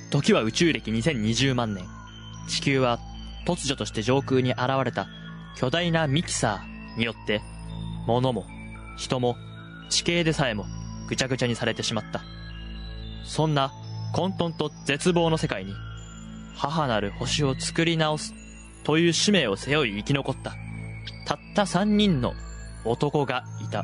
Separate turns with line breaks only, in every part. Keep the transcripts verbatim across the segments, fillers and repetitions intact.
時は宇宙歴にせんにじゅうまんねん。地球は突如として上空に現れた巨大なミキサーによって物も人も地形でさえもぐちゃぐちゃにされてしまった。そんな混沌と絶望の世界に母なる星を作り直すという使命を背負い生き残ったたったさんにんの男がいた。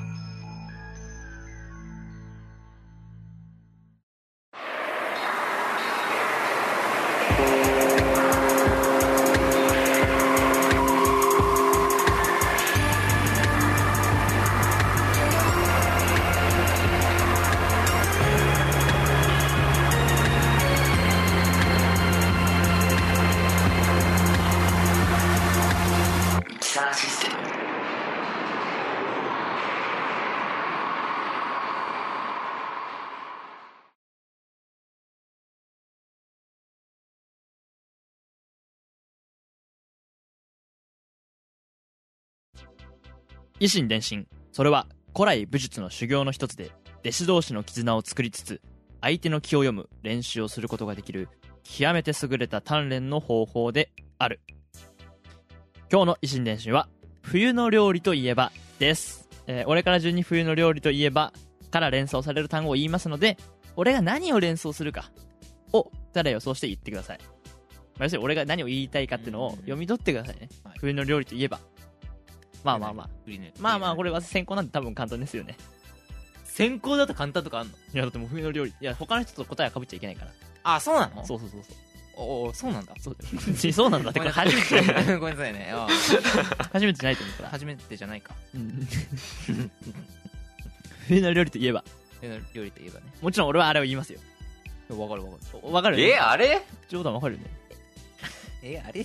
以心伝心、それは古来武術の修行の一つで、弟子同士の絆を作りつつ相手の気を読む練習をすることができる極めて優れた鍛錬の方法である。今日の以心伝心は冬の料理といえばです、えー、俺から順に冬の料理といえばから連想される単語を言いますので、俺が何を連想するかをただ予想して言ってください。まあ、要するに俺が何を言いたいかっていうのを読み取ってくださいね、はい、冬の料理といえばまあまあまあまあまあこれは先行なんて多分簡単ですよね。
先行だと簡単とかあんの？
いやだってもう冬の料理、いや他の人と答えはかぶっちゃいけないから。
あ、そうなの？
そうそうそうそう。
おお、そうなんだ。
そうそうなんだってこれ初めて
ごめんなさいね。
初めてじゃないと思うから。
初めてじゃないか。
冬の料理といえば。
冬の料理といえばね。
もちろん俺はあれを言いますよ。
わかるわか
る。わかる。
え、あれ？
冗談わかるよね。
え、あれって。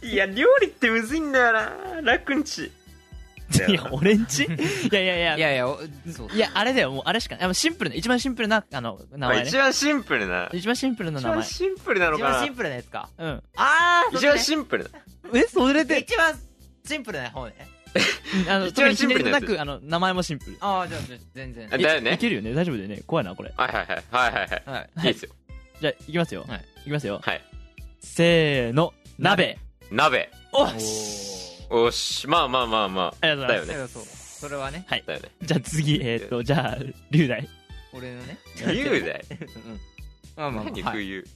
いや料理ってむずいんだよな。楽んち。
いや俺んちいやいやいや
いやいやそう
いやあれだよ、もうあれしかない。シンプルな一番シンプルなあの名前ね。
一番シンプルな
一番シンプルな名前。
一番シンプルなのかな。
一番シンプルなやつか。
うん。
あー、
一番シンプルな。
え、それで
一番シンプルな方ね。
あの一番シンプルなくあの名前もシンプル。
ああ、じゃあ全然
だよね。
いけるよね。大丈夫だよね。怖いなこれ。
はいはいはいはいはいはい。いいですよ。
じゃあいきますよ。
はい。
いきますよ。
はい。
せーの、鍋。
鍋。
おし。
おし、まあまあまあまあ。
ありがとうございます。
だよね。
そう。それはね。
はい。
だよね。
じゃあ次、えっと、じゃあ、龍大。
俺のね。
龍大。
まあまあ。
何冬。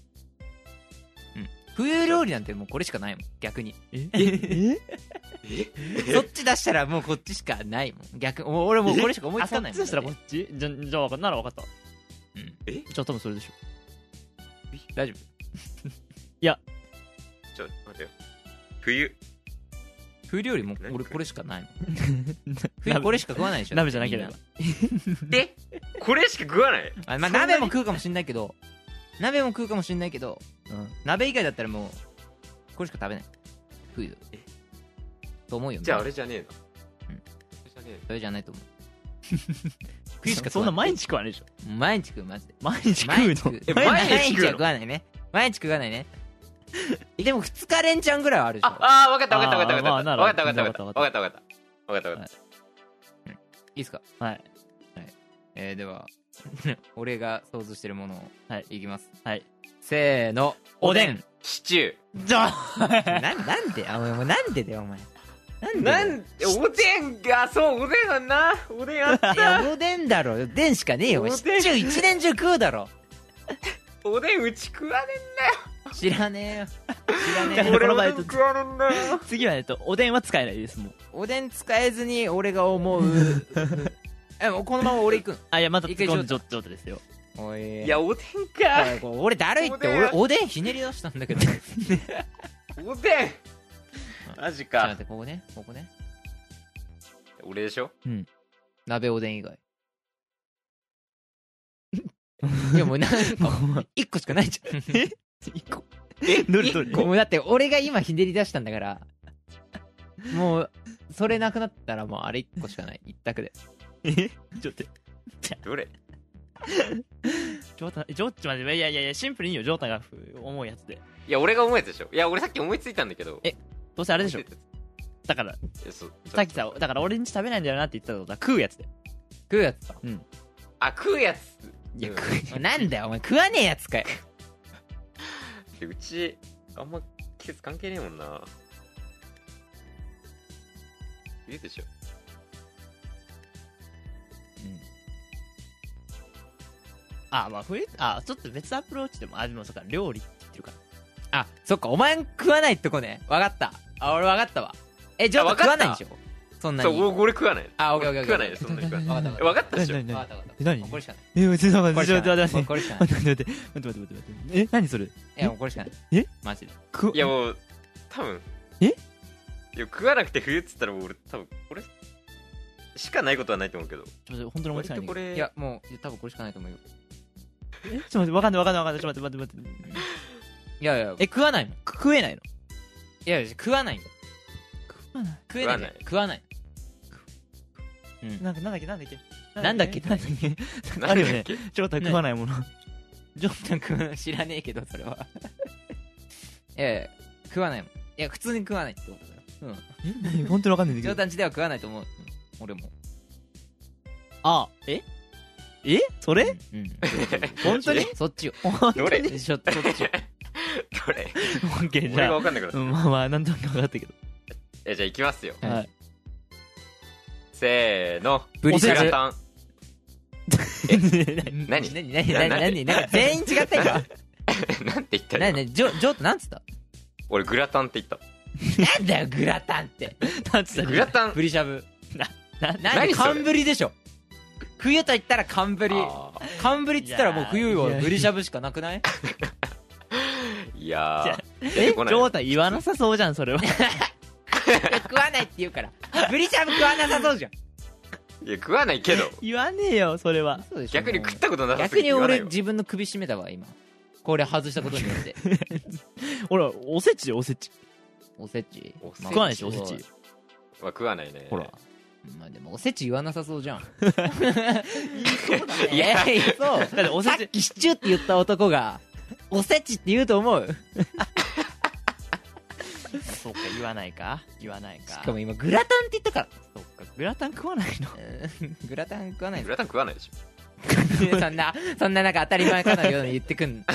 冬料理なんてもうこれしかないもん、逆に。
ええ
そっち出したらもうこっちしかないもん、逆。俺もうこれしか思いつかないもん。
そっち出したらこっちじゃ、じゃあ分かった。なら分かった。
うん。
え
じゃあ多分それでしょ。
大丈夫。
いや。
ちょっと待ってよ。冬。
冬料理も俺これしかないもん。冬これしか食わないでしょ。
鍋じゃなければ。
えこれしか食わない？
あ、まあ鍋も食うかもしんないけど、鍋も食うかもしんないけど、鍋以外だったらもうこれしか食べない。冬。えと思うよ。
じゃああれじゃねえの。
うん。それじゃないと思う。
冬しかそんな毎日食わないでしょ。
毎日食う、マジで。
毎日食うの？
毎日は食わないね。毎日食わないね。でもふつか連チャンぐらいはあるでしょ。
ああ、分かった分かった分かった分かった分かった分かった分かった分かった分かった分かった。
いいっすか？
はい。
えー、では俺が想像してるものをいきます。
はい。
せーの、おでん。
シチュー。
じゃあな、なんであ、もうなんでだよお前。
なんでおでんが、そう、おでんはな、おでんあった。
いや、おでんだろ。おでんしかねえよ。シチュー一年中食うだろ。
おでんうち食わね
えんだよ。知らねえよ。知らねえよ。
俺おでん食わねえんだよ。
次はえっとおでんは使えないです。もう
おでん使えずに俺が思うえ、もうこのまま俺行くん？
あ、いやまた今度ジョットですよ。
おい、
いやおでんか。
俺だるいって。俺おでんひねり出したんだけど。
おでんマジか。
ちょっと待って、ここね、ここね。
俺でしょ？
うん。
鍋おでん以外。いやもうなんか一個しかないじゃん。
え？一個？
え？
どれどれ？
もうだって俺が今ひねり出したんだから、もうそれなくなったらもうあれ一個しかない。一択で。
え？ちょっと待って。
どれ？
ジョータ、ジョッチまで、いやいやいや、シンプルにいいよ、ジョータが思うやつで。
いや、俺が思うやつでしょ。いや、俺さっき思いついたんだけど。
え、どうせあれでしょ。だから、さっきさ、だから俺んち食べないんだよなって言ったことは食うやつで。
食うやつか。
うん。
あ、食うやつ。
いや、食う。なんだよ、お前食わねえやつかよ。
でうちあんま季節関係ねえもんな。冬でしょ。
あ、まあ冬、あ、ちょっと別アプローチでも、あ、でもそっか、料理って言ってるから。
あ、そっか、お前食わないってとこね。わかった。あ、俺わかったわ。え、ジョータ
あわかった
食わないでしょ、そんなに。
そう、俺俺食わない。
あ、オッケーオッケーオッケー。
食わないです、そんなに食わない。
わかった
えわかったでしょ。
何
わかったわかった。
え何
もうこれしかない。
え、ちょっと待って、ちょっと待って、
これしかない。
待って、
これしかない。
待って、待って、待って、待って、待って、待って、え、何それ？
いや、もうこれしかない。
え
マジで。
く、
いやもう、多分。
え
いや、食わなくて冬っつったらもう俺多分、これしかないことはないと思うけど。
ちょっと待って、本当に思いつかないんだけど。
割とこれ、
いや、もう、多分これしかないと思うよ。
え、ちょっと待って、わかんない、わかんない、わかんない、ちょっと待って、待って、待って。
いやいや、
え、食わないの？食えないの？
いやいや、食わないんだよ。
食わない。
食えないんだよ。食わない。うん。
なんか、なんだっけ、なんだっけ。
なんだっけ
なんだっけ。
なん
あるよね
だっけ。
ちょっと食わないもの。
ジョータ君知らねえけど、それは。いやいや、食わないもん。いや、普通に食わないってことだよ。うん。
え、何本当にわかんないんだけど。
ジョータんちでは食わないと思う。うん俺も。
あ、ええそれ？
うん。
本当に？
そっちよ。
本当
どれ
に？
ちょっと、そっちよ。
どれ
オッケー、じ
俺が
ゃあ。
わかんなくなった。
うん、まあまあ、なんとなく分かったけど。
え、じゃあ行きますよ。
はい
はい。
せーの。
ブリシャブ
グラタン。何
何何何
ななんて
何何なんか全員違ったんか
なんて言ったら
何何ジョジョータなんつった
俺グラタンって言った。
なんだよグラタンって
なんつった
グラタン。
ブリしゃぶ
な、
なんで
何それ
寒ぶりでしょ冬と言ったら寒ぶり
あ
寒ぶりっつったらもう冬
いや
はブリしゃぶしかなくない
ーいや
じゃ
ー。
え、
出てこない
ジョータ言わなさそうじゃん、それは。
食わないって言うからブリしゃぶ食わなさそうじゃん
いや、食わないけど。
言わねえよ、それは。
そうでしょ
逆に食ったことなさす
逆に
ぎて言わないわ。
俺自分の首絞めたわ今これ外したことによって
ほら、おせちよ、おせち。
おせち
おせち
食わないでしょ、おせち。
まあ食わないね。
ほら。
まあでもおせち言わなさそうじゃん
いや
いやそう
だっておせち、
さっきシチューって言った男がおせちって言うと思う
そうか、言わないか。言わないか。
しかも今グラタンって言ったから
そっか、グラタン食わないの。
うんグラタン食わない
グラタン食わないでしょ。
そんなそんななんか当たり前かのように言ってくん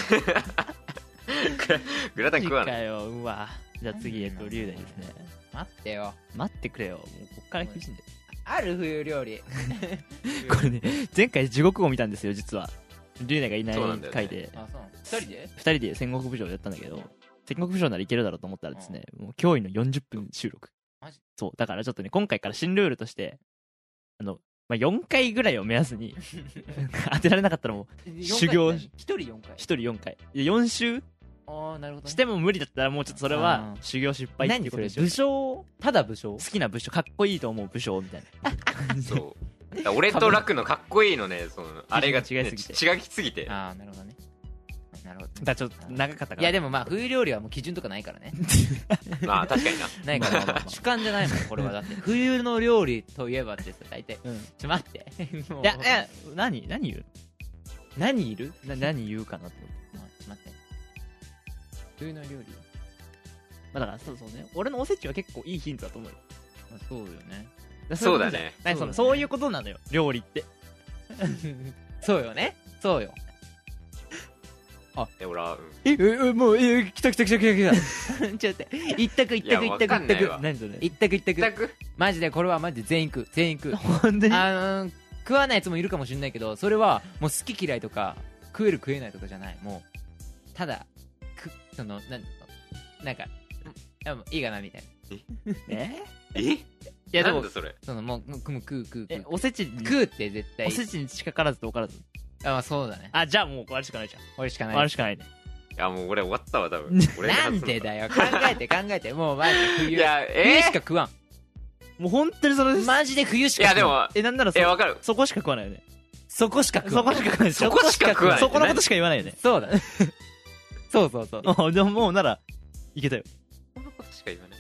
グラタン食わない。
マジかよ、うわ。じゃあ次、えっと、龍大ですね。
待ってよ
待ってくれよ。もうこっから厳しいんだよ。
ある冬料理
これね、前回地獄を見たんですよ、実は。龍大がいない
そうなんだよね
回で、
あそう一人で
二人で戦国武将やったんだけど、戦国武将ならいけるだろうと思ったらですね、もう驚異のよんじゅっぷん収録。
マジ
そう、だからちょっとね、今回から新ルールとして、あの、まあ、よんかいぐらいを目安に当てられなかったらもう修行
一人よんかい
ひとりよんかい。でよん周
ああなるほどね
しても無理だったらもうちょっとそれは
あー
修行失敗ってい
何それ
うことでしょ。
武将ただ武将
好きな武将、かっこいいと思う武将みたいな。
そう。だから俺と楽のかっこいいのね、その、あれが、ね、
違いすぎて
違いすぎて。
ああなるほどねなるほどね
だからちょっと長かったから。
いやでもまあ冬料理はもう基準とかないからね
まあ確かにな。
ないから
まあまあまあ
主観じゃないもんこれはだって冬の料理といえばってさ大体
うん。い
ちょ待ってもう
や、いや、何何言う
何いる
な何言うかなって思って。
まあちょ待って冬の料理
まあだからそうそうね。俺のおせちは結構いいヒントだと思うよ。
まあそうよね
そうだね。
何その
そうだね
そういうことなのよ、料理って。
そうよねそうよ
え、俺は、うん
ええもうえ来た来た来た来た来たちょっと待って一択一択
いや
一択一択
わかんないわ
何それ
一択一択
全く
マジでこれはマジで全員食う全員食う
本当に
あのー食わないやつもいるかもしれないけどそれはもう好き嫌いとか食える食えないとかじゃないもうただくそのなんなんかうんあもういいかなみたいな
え
え
いやでも
なんだそれ。
そのもうもう食う食う食う
え
食う
おせちに
食うって絶対
おせちに近からずと分からず。
あまあそうだね
あ、じゃあもうこれしかないじゃん。
俺しかない
これしかないね。
いや、もう俺終わったわ、多分。俺が
なんでだよ考えて考えてもうマジで冬
いや、
冬
え
しか食わ
もう本当にそれです。
んマジで冬し
いや、で
か食わん
も、
え、なんならそ
え、わかる。
そこしか食わないよね。
そこしか食
そ
わん
こしか食わない。
そこしか食わない
そこのことしか言わないよね。
そうだねそうそうそう
あでももうなら、いけたよ。
このことしか言わない。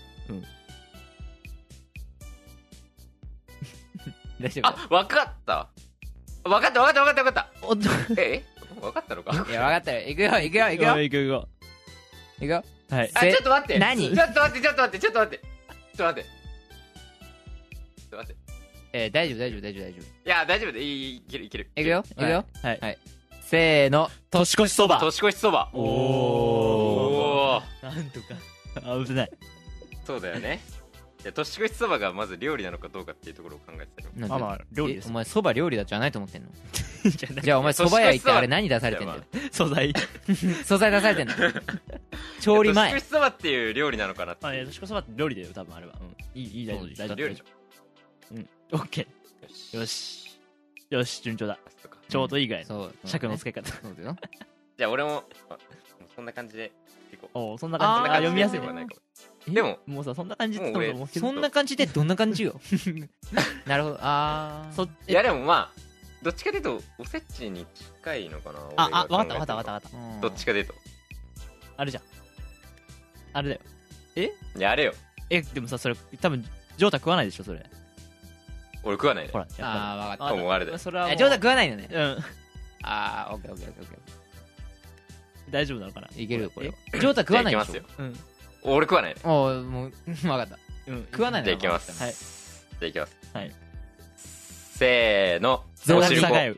大丈夫
あ、わかった。わかった、わかった、わかった、わかっ
おっと。
た。えわかったのか
いや分かったよ行くよ行くよ行くよ
いくいく。
行くよ
はい。
あ、ちょっと待って。
何
ちょっと待って、ちょっと待って、ちょっと待って。ちょっと待って。ちょっと待って。
えー大丈夫大丈夫大丈夫大丈夫
いや、大丈夫でいい、いける、いける。
行くよ行くよ
はい。
はいせーの
年越しそば。
年越しそば。
お
おー、
なんとか。あ、危ない。
そうだよね。いや年越しそばがまず料理なのかどうかっていうところを考えてたよ。
なんで
まあまあ料理です
えお前そば料理だじゃないと思ってんの？
じゃあ
じゃあお前そば屋行ってあれ何出されてんだよ。
素材。
素材出されてんの？調理前
年越しそばっていう料理なのかなって
あ、いや、
いう。
年越しそばって料理だよ、多分あれは。うん。いい、いい、大丈夫、
そうです
大丈夫。
料理じゃん。
うん。オッケ
よし
ー。よし。よし、順調だ。
そっか
ちょうどいいぐらいの
そう
尺の付け方。
そうだよ。
じゃあ俺もあもうそんな感じでいこう。
おうそんな感じ。あ、
あー
読みやすいね
そんな。感じではないか
え
も。でも
もうさ、そんな感じって言ったらもう
そんな感じでどんな感じよ。なるほど。あー
そ
いやでもまあどっちかというとおせちに近いのかな。
あ、あ、
俺
わかった
が考えてるの
わかったわかったわかっ
うん
どっちかというと。
た。あれじゃん。あれだよ。
いやあれよ。
え、でもさ、それ、多分、ジョータ食わないでしょ、それ。
俺食わないね
ほ。ら、やっ
あーわかった
ぱり。
もうあれだよ
それはもう。
えジョータ食わないのね。
うん。
あーオッケーオッケーオッケーオッケ
大丈夫なのかな。
ーいけるよこれ。ジョータ食わないでしょ
じゃあ行きますよ。
うん。
俺食わないね。
おーもう分かった。
うん。
食わないの
じゃあ行きます。
はい
じゃあ行きます。
はい。
せーの。
ゾウナ
おしるこ
ルサガユ。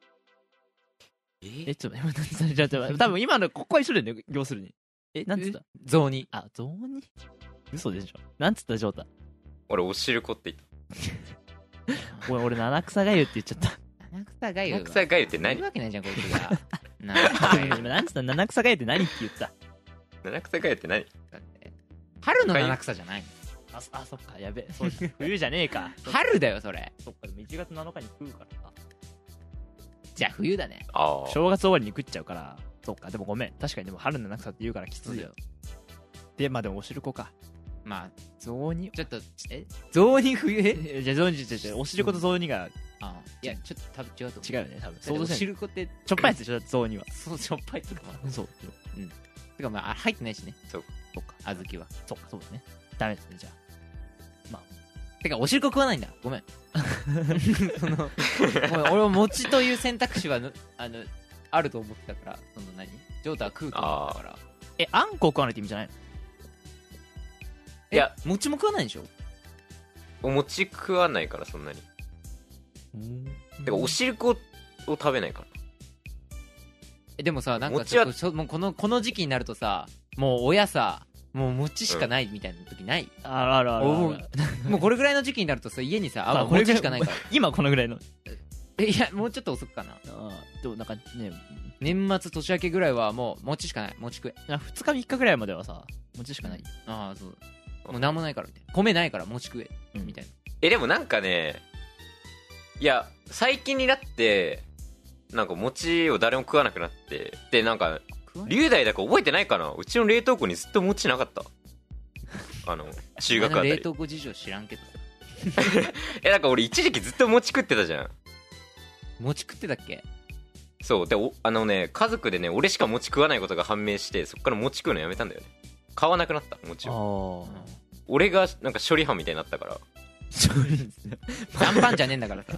え
え、ちょっと待って、待って、ちょっと待って、多分今の、ここは一緒だよね、要するに。え、なんつった
雑煮。
あ、雑煮嘘でしょ。なんつった、ジョータ。
俺おしるこって言っ
俺、俺、七草がゆって言っちゃった。
七草がゆ
た。
は
七草がゆって
いる
何？
わけないじゃんこいつが。七草がゆ
今なんつった七草がゆって何って言った。
七草がゆって何？
春の七草じゃない？
あ、そあそっか、やべ。そうじゃん冬じゃねえか。
春だよそれ。
そっか、でもいちがつなのかに食うからさ。
じゃあ冬だね。
ああ。
正月終わりに食っちゃうから。そっか、でもごめん。確かにでも春の七草って言うからきついよ。で、まあでもおしるこか。
まあ
雑煮
ちょっとえ雑煮冬え
えじゃあ、雑煮、じゃじゃおしること雑煮が
あいやちょっと多分違うと思う。
違うよね、多分。
想像し
想像して
るこって
ちょっぱいやつでしょ、だって雑煮は。
そうしょっぱいっつうかまあ
そう。
てかまあ入ってないしね。
そう
そっか。
小豆は。
そっか、そうだね。ダメですね、じゃあ。
てかおしるこ食わないんだ。ごめん。そのごめん俺も餅という選択肢はぬあのあると思ってたからその何ジョータは食うと思ってたから。
え、あんこ食わないって意味じゃないの
え
いや
餅も食わないでしょ。
お餅食わないからそんなに。てかおしるこを食べないから。
えでもさなんか
餅は
ちょっとそもうこのこの時期になるとさもう親さもう餅しかないみたいな時ない？
あるあるあるある
おもうもうこれぐらいの時期になるとさ家にさあもう
まあこれぐらい
餅しかないから。
今このぐらいの。
えいやもうちょっと遅くかな。
あーでもなんかね、
年末年明けぐらいはもう餅しかない。餅食え。
ふつかみっかぐらいまではさ、餅しかない。
ああそうもうなんもないからみたいな。米ないから餅食え、
うん
みたいな。
えでもなんかね、いや最近になってなんか餅を誰も食わなくなってでなんか
食わない
龍大だか覚えてないかな、うちの冷凍庫にずっと餅なかったあの中学あたり
冷凍庫事情知らんけどさ
えなんか俺一時期ずっと餅食ってたじゃん。
餅食ってたっけ？
そうでおあのね家族でね俺しか餅食わないことが判明してそっから餅食うのやめたんだよね。買わなくなった餅を。
あ
俺がなんか処理班みたいになったから
残飯じゃねえんだからさ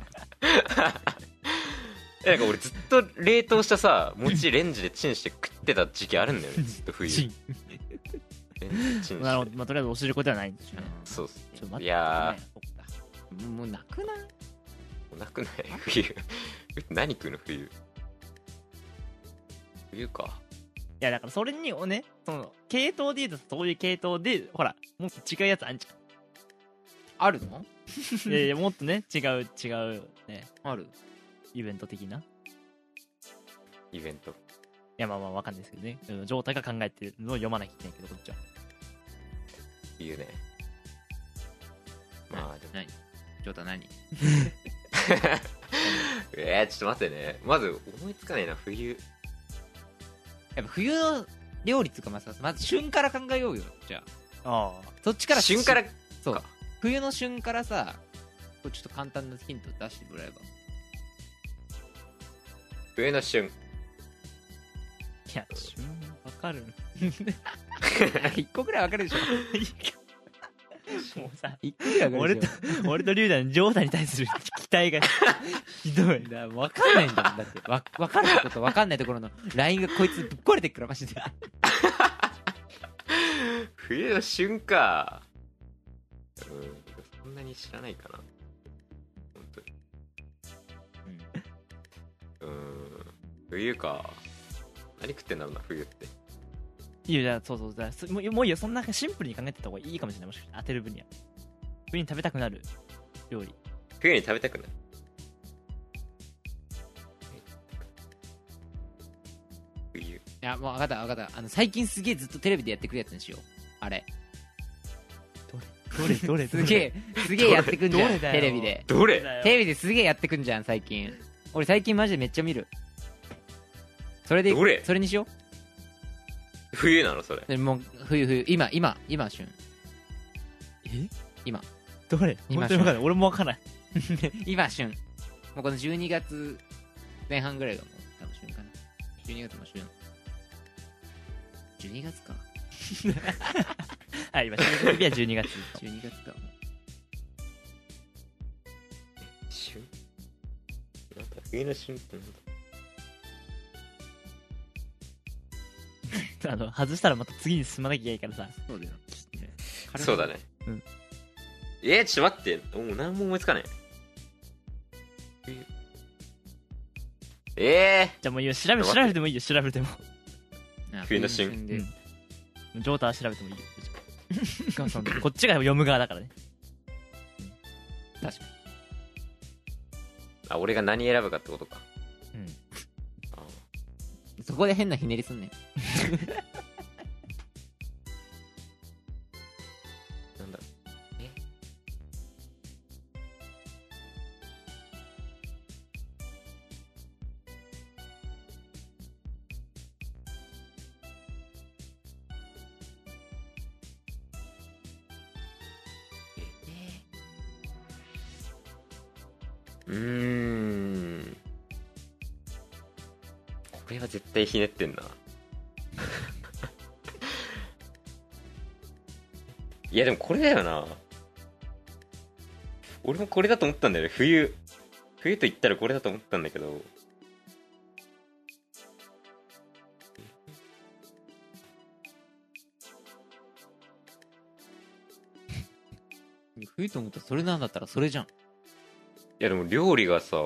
えなんか俺ずっと冷凍したさ餅レンジでチンして食ってた時期あるんだよねずっと冬
チン
レンジでチンして
なるほど、まあ、とりあえずおしるこではないんですよね。
そうっす
ちょっと待って
いや
そっか
もうなくない？
ーなくない冬何食うの冬冬か
いやだからそれにをね、その系統で言うとそういう系統でほらもっと違うやつあんじ
あるの？
ゃん。いやいやもっとね違う違うね
ある。
イベント的な。い
イベント
やまあまあわかんないですけどね。うん状態が考えてるのを読まなきゃいけないけどこっちは。
冬ねまあでも
何？ジョータ何？
えー、ちょっと待ってねまず思いつかないな冬
やっぱ冬の料理っつうかまずまず旬から考えようよ。じゃあ
あ
そっちから
旬から
そう
か
冬の旬からさこれちょっと簡単なヒント出してもらえば。
冬の旬
いや旬わかる。
一個ぐらいわかるでしょ。
もうさ
一個ぐらいわか
俺と
るでし
俺と龍大のジョータに対する期待がひどい。
ょ。だからわかんないんだもんだってわわかるとことわかんないところのラインがこいつぶっ壊れてっからマジで。
冬の旬かうんそんなに知らないかな本当にうん冬か。何食ってんだろうな冬って。
いいよ、じゃあそうそうだそもうもういいよ、そんなシンプルに考えてた方がいいかもしれない。もしかして当てる分には冬に食べたくなる料理。
冬に食べたくない。冬。
いやもう分かった分かった。あの最近すげえずっとテレビでやってくるやつにしよう。あれ
どれどれ
すげえすげえやってくんじゃん
どれだよ
テレビで。
どれ？
テレビですげえやってくんじゃん最近。俺最近マジでめっちゃ見る。それで
どれ？
それにしよ
冬なのそれ。
う。でもう冬冬今今今旬。
え
今
どれ
今
本当に分かんない。俺も分かんない。
今旬。もうこのじゅうにがつぜん半ぐらいがもう多分旬かな。じゅうにがつも旬。じゅうにがつか。
はい今収録日はじゅうにがつ。
じゅうにがつか。
旬？なんだ冬の旬ってなんだ。
あの外したらまた次に進まなきゃいけないからさ。
そうだよ。
そうだね。
うん。
えー、ちょっと待って。もう何も思いつかない。え
じゃあもういいよ、調べ調べてもいいよ、調べても。
冬の旬
で、
うんジョータは調べてもいいよ。そのこっちが読む側だからね。
確かに。
ー、あ、俺が何選ぶかってことか。
うん
あ
そこで変なひねりすんねん。
なんだろう。えうーん。これは絶対ひねってんな。いやでもこれだよな。俺もこれだと思ったんだよね。冬冬と言ったらこれだと思ったんだけど。
冬と思ったらそれなんだったらそれじゃん。
いやでも料理がさ、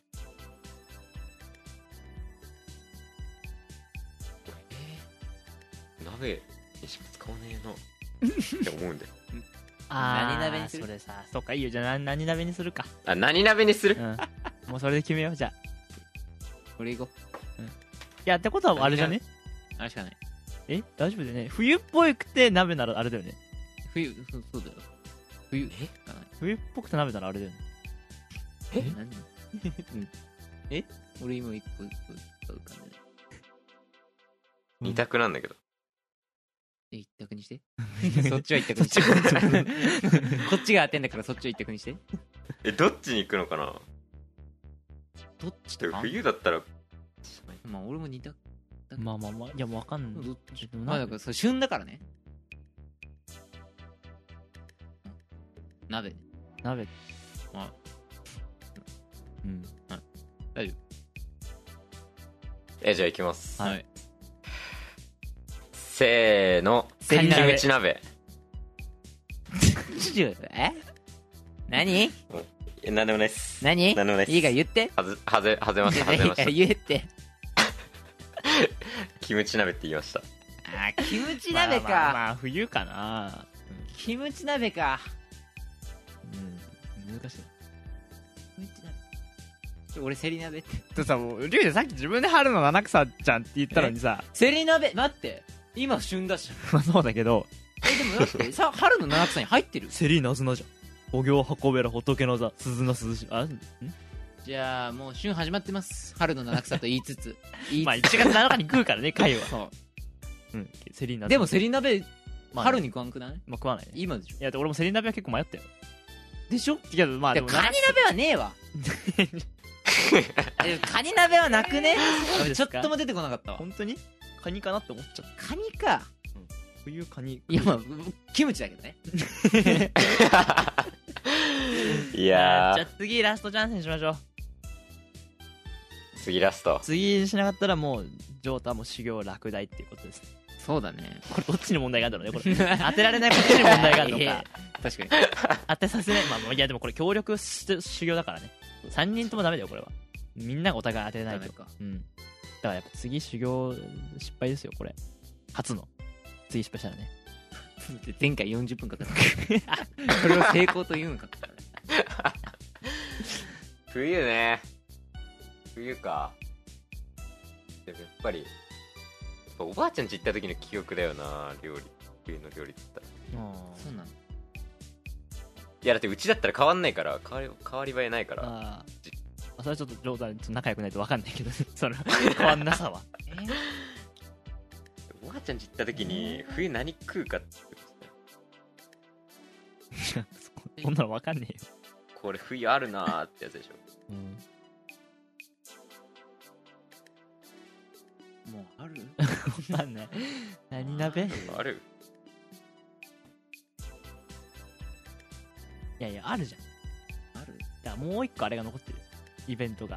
鍋にしか使わねえなって思うんだよ。
あー
何鍋にする
それさ、そっかいいよ、じゃあ何何鍋にするか。
あ、何鍋にする？
うんもうそれで決めよう。じゃあ
これいこう。
いやってことはあれじゃね。
あれしかない。
え大丈夫だよね。冬っぽくて鍋ならあれだよね。
冬、そそうだよ。冬、えかな
冬っぽくて鍋ならあれだよね。
え何うんえ俺今一個一個使うかね。
二択なんだけど。
え、一択にして。そっちは一択にして。こっちが当てんだからそっちは一択にして。
え、どっちに行くのかな。
どっちとか
冬だったら
まあ俺も二択。
まあまあまあ、いやもうわかんない。
どっち
でもな
まあだからそれ旬だからね。鍋。
鍋。
あ
うん。
大丈
え、じゃあ行きます。
夫。はい。
せーの、
セリ鍋
キムチ鍋。
え何
え、なんでもないっす。
何
なんでもないっす。
いいから言って。
はず、はぜ、はぜました、はぜました。
言えって。
キムチ鍋って言いました。
あー、キムチ鍋
まあまあ
か。
まあ冬かな。
キムチ鍋か。
うん。難しい。
キムチ鍋。俺セリ鍋って。
とさ、もうリュウでさっき自分で春の七草じゃんって言ったのにさ、
セリ鍋、待って。今旬だし。
まあそうだけど、
え、でもだってさ、春の七草に入ってる。
セリナズナじゃん。お行運べら仏の座、鈴の涼し、あ、ん
じゃあもう旬始まってます。春の七草と言いつつ。言いつつ
まあいちがつなのかに食うからね、貝は。
そ
うん。セリナ
う。
ズナ。
でもセリ鍋、
まあね
春に食わんくない？
まあ食わないね。
今でしょ。
いや、で俺もセリ鍋は結構迷ったよ。
でしょ？
いや、まあ
で
でもな
もカニ鍋はねえわ。えカニ鍋はなくね？
そうですか
ちょっとも出てこなかったわ。
本当にカニかなって思っちゃった。
カニか。
冬カニ。
いやまあキムチだけどね。
いや
じゃあ次ラストチャンスにしましょう。
ー、次ラスト。
次にしなかったらもうジョータはもう修行落第っていうことですね。
そうだね。
これどっちに問題があるんだろうね、これ。当てられないこっちに問題があるの
いや
か。
確かに。
当てさせない。まあもういやでもこれ協力して修行だからね。さんにんともダメだよ、これは。みんながお互い当てないと。
ダメか。
うん。 からやっぱ次修行失敗ですよこれ初の次失敗したらね
前回よんじゅっぷんかかったそれを成功と言うんか
冬ね冬かでもやっぱりやっぱおばあちゃん家行った時の記憶だよな料理冬の料理って言ったら
そうなの
いやだってうちだったら変わんないから変わり変わり映えないから
ああそれはちょっと冗談ちょっと仲良くないと分かんないけどその変わんなさは
おばあちゃん家行った時に冬何食うかって
そんなの分かんねえよ、
これ冬あるなーってやつでしょ
うん
もうある
分かんない何鍋い
ある
やいやあるじゃん
ある
だからもう一個あれが残ってるイベントが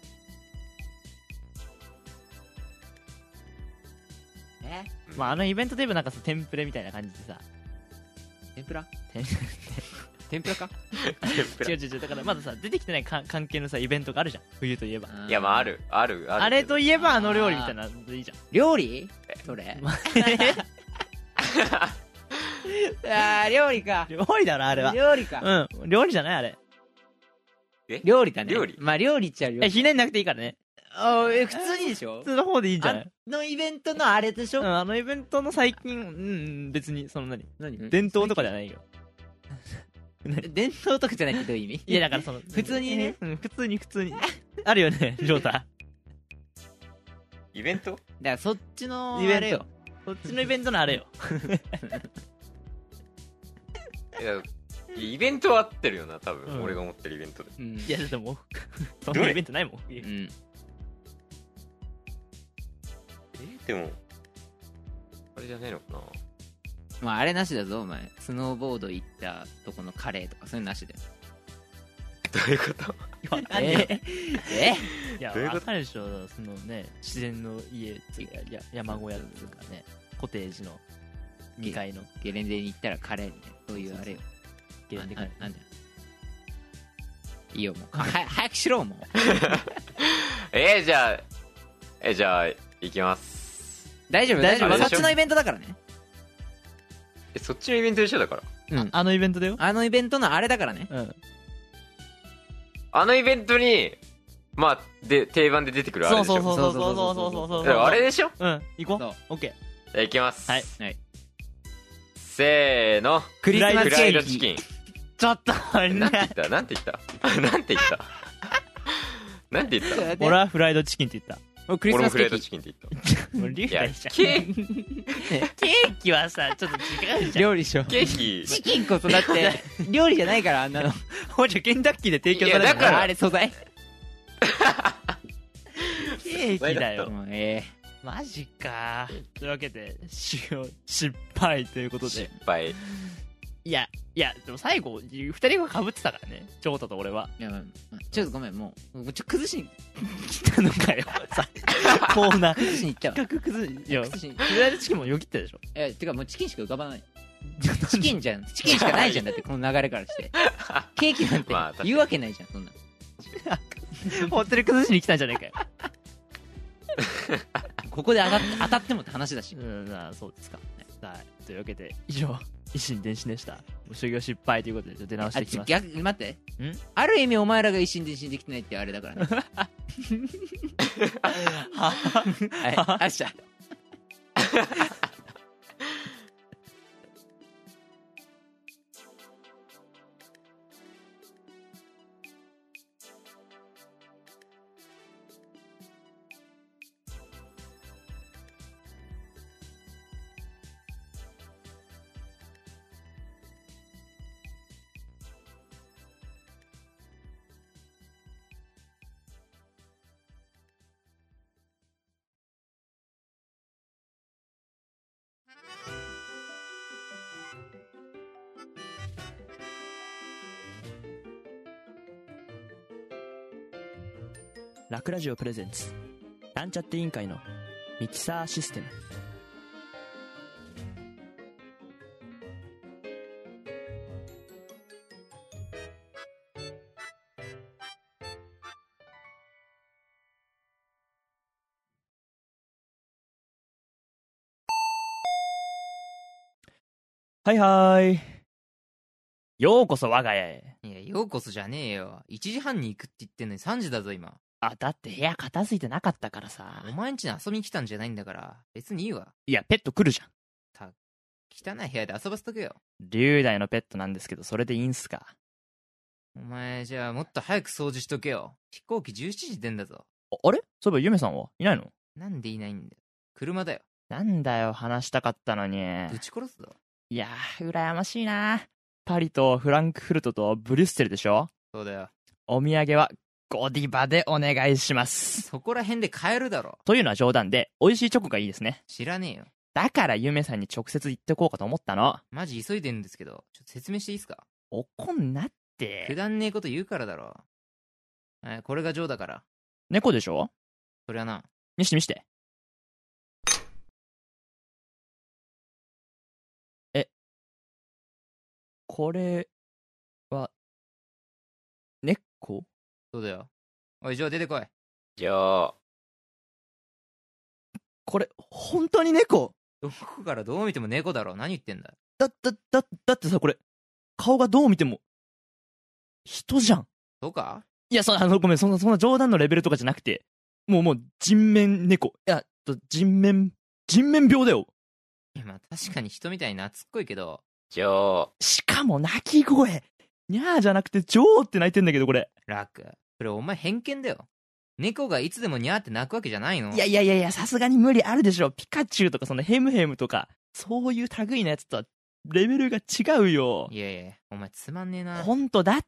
え
うん
まああのイベントといえばなんかさテンプレみたいな感じでさ
天ぷら
テン
天ぷらか
違う違う違うだからまださ出てきてないか関係のさイベントがあるじゃん冬といえば
いやまああるあるある
あれといえばあの料理み
あー
たいなのでいいじゃん
料理それ
まあ
あー料理か
料理だろあれは
料理か
うん料理じゃないあれ
料理だね
料理
まあ料理っちゃ料理
えひねんなくていいからね
あえ普通にでしょ
普通の方でいいんじゃない
あのイベントのあれでしょ、
うんあのイベントの最近うんうん別にその何
何
伝統とかじゃないよ
伝統とかじゃないってどういう意味
いやだからその
普通にね
うん普通に普通にあるよねジョータ
イベント
だからそっちの
イベント
あれよ
そっちのイベントのあれよ
いやイベントは合ってるよな多分、
うん
俺が思ってるイベントで
うん
いやでもそん
どれ
なイベントないもん
うん
えでもあれじゃねえのかな
まああれなしだぞお前スノーボード行ったとこのカレーとかそういうのなしだよ
どういうこと
わかんねえ
え
いや
どういうこと
わかるでしょそのね自然の家つうかや山小屋つうかねコテージのにかいの
ゲレンデに行ったらカレーみたいなそういうあれよ
ゲレンデから
あなんだよいいよもうは早くしろもう
えー、じゃあえじゃあ行きます
大丈夫大丈
大丈夫
夫そっちのイベントだからね
えそっちのイベントでしょだから
うん
あのイベントだよ
あのイベントのあれだからね
うん
あのイベントにまあで定番で出てくるあれでしょ
そうそうそうそうそうそうそうそう
だからあれでしょ
うん行こ
そう
うオッケ
じゃあ行きます
はい
はい
せーの
クリスマス
フライ
ケーキ
ドチキン
ーちょっと
なんて言ったなんて言ったなんて言ったなんて言った
俺はフライドチキンって言っ
俺クリス
俺もフライド
マスケーキ
チキンって言っ
たもうリュウ
たいや
がいいじゃん
ケーキ
ケーキはさちょっと違うじゃん
料理しょ
ケーキ
チキンこそだって料理じゃないからあんなの
ほんじゃケンタッキーで提供される
いやだから
あれ素材
ケーキだよ
もうえ
マジかというわけで修行失敗ということ
失
で
敗
いやいやでも最後二人がかぶってたからねジョータと俺は
えいやまあちょっとごめんもうもうちょ崩しに
来たのかよさコーナー
崩しに行っちゃう
企画崩しいや
崩しに
フライドチキンもよぎったでしょ
えてかもうチキンしか浮かばないチキンじゃんチキンしかないじゃんだってこの流れからしてケーキなんて
まあ確かに
言うわけないじゃんそんな
本当に崩しに来たんじゃねえかよ
ここで当たって当たってもって話だし
うんまあそうですかはいというわけで以上維新伝心でした修行失敗ということでちょっと出直して
あち
いきます
逆待って
ん
ある意味お前らが一心伝心できてないってあれだからねはいあっしゃ
ラクラジオプレゼンツなんちゃって委員会のミキサーシステムはいはーい。ようこそ我が家へ。
いや、ようこそじゃねえよ。いちじはんに行くって言ってんのにさんじだぞ、今。
あ、だって部屋片付いてなかったからさ。
お前ん家に遊びに来たんじゃないんだから、別にいいわ。
いや、ペット来るじゃん。
た、汚い部屋で遊ばせとけよ。
龍大のペットなんですけど、それでいいんすか？
お前、じゃあもっと早く掃除しとけよ。飛行機じゅうしちじ出んだぞ。
あ、あれそういえばゆめさんはいないの？
なんでいないんだよ。車だよ。
なんだよ、話したかったのに。
ぶち殺すぞ。
いやー、羨ましいな。パリとフランクフルトとブリュッセルでしょ？
そうだよ。
お土産はゴディバでお願いします。
そこら辺で買えるだろ。
というのは冗談で、美味しいチョコがいいですね。
知らねえよ。
だからゆめさんに直接言ってこうかと思ったの。
マジ急いでるんですけど、ちょっと説明していいっすか？
怒んなって。
くだんねえこと言うからだろ。え、これがジョーだから。
猫でしょ？
そりゃな。
見して見して。え、これは猫？
そうだよ。おい、ジョー出てこい。
じゃあ、
これ本当に猫？
どこからどう見ても猫だろ。何言ってんだ。
だだだだってさ、これ顔がどう見ても人じゃん。
そうか？
いや、そあのごめん、そんなそんな冗談のレベルとかじゃなくて、もうもう人面猫、いやと人面人面病だよ。
いや、まあ確かに人みたいに懐っこいけど。
じゃあ、
しかも鳴き声、にゃーじゃなくてジョーって鳴いてんだけど、これ。
ラック、それお前偏見だよ。猫がいつでもニャーって鳴くわけじゃないの？
いやいやいやいや、さすがに無理あるでしょ。ピカチュウとかそのヘムヘムとかそういう類のやつとはレベルが違うよ。
いやいや、お前つまんねえな。
ほんとだって。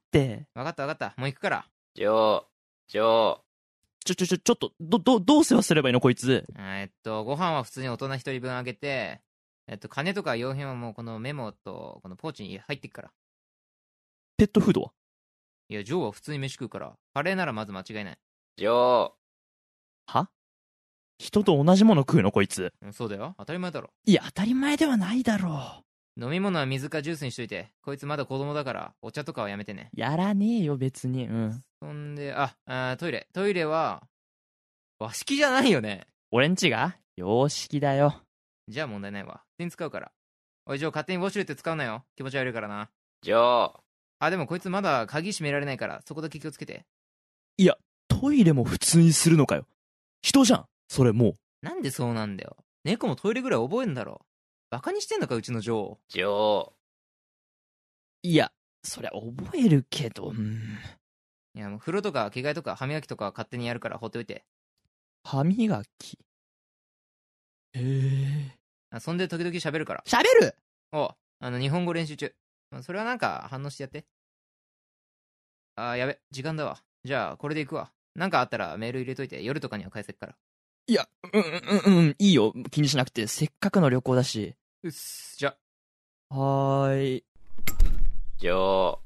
わかったわかった、もう行くから。
じゃあ、じゃあ、
ちょちょちょちょっとどどどう世話すればいいのこいつ。
えっとご飯は普通に大人一人分あげて、えっと金とか用品はもうこのメモとこのポーチに入ってっから。
ペットフードは？
いや、ジョーは普通に飯食うから、カレーならまず間違いない。
じゃあ、
は？人と同じもの食うのこいつ。
うん、そうだよ、当たり前だろ。
いや、当たり前ではないだろ
飲み物は水かジュースにしといて。こいつまだ子供だからお茶とかはやめてね。
う。やらねえよ別に。うん。
そんで、あ、あートイレ。トイレは、和式じゃないよね。
俺んちが洋式だよ。
じゃあ問題ないわ。普通に使うから。おい、ジョー勝手にウォシュレット使うなよ。気持ち悪いからな。
じゃあ、
あ、でもこいつまだ鍵閉められないから、そこだけ気をつけて。
いや、トイレも普通にするのかよ。人じゃんそれもう。
なんでそうなんだよ。猫もトイレぐらい覚えんだろ。バカにしてんのか、うちのジョー。
じゃあ、
いや、そりゃ覚えるけど、うん。
いや、もう風呂とか着替えとか歯磨きとかは勝手にやるから放っておいて。
歯磨き。へえ。
あ、そんで時々喋るから。
喋る。
お、あの、日本語練習中。それはなんか反応してやって。あー、やべ、時間だわ。じゃあ、これで行くわ。なんかあったらメール入れといて、夜とかには返せっから。
いや、うんうんうん、いいよ。気にしなくて。せっかくの旅行だし。
うっす、じゃ。
はーい。
じゃあ、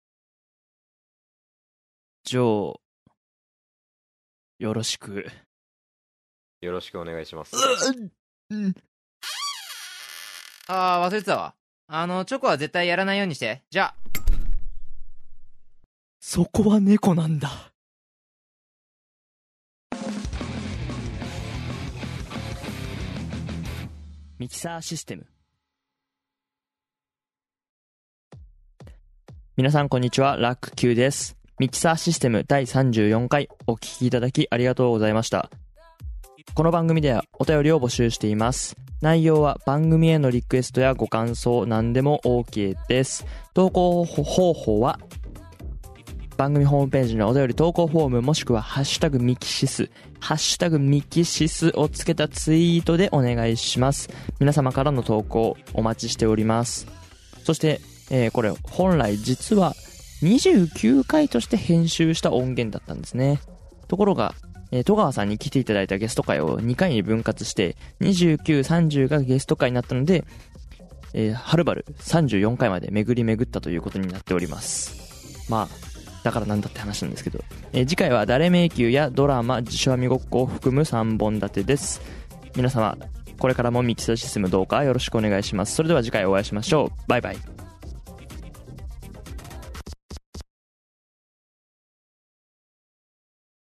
ジョー、よろしく。
よろしくお願いします。
うん。
あー、忘れてたわ。あの、チョコは絶対やらないようにして。じゃあ。
そこは猫なんだ。ミキサーシステム。皆さんこんにちは、ラック Q です。ミキサーシステムだいさんじゅうよんかいお聞きいただきありがとうございました。この番組ではお便りを募集しています。内容は番組へのリクエストやご感想何でも OK です。投稿方法は番組ホームページのお便り投稿フォームもしくはハッシュタグミキシス、ハッシュタグミキシスをつけたツイートでお願いします。皆様からの投稿お待ちしております。そして、えー、これ本来実はにじゅうきゅうかいとして編集した音源だったんですね。ところが、えー、戸川さんに来ていただいたゲスト会をにかいに分割してにじゅうきゅう、さんじゅうがゲスト会になったので、えー、はるばるさんじゅうよんかいまで巡り巡ったということになっております。まあだからなんだって話なんですけど、えー、次回は誰迷宮やドラマ、自称網ごっこを含むさんぼん立てです。皆様これからもミキサーシステムどうかよろしくお願いします。それでは次回お会いしましょう。バイバイ。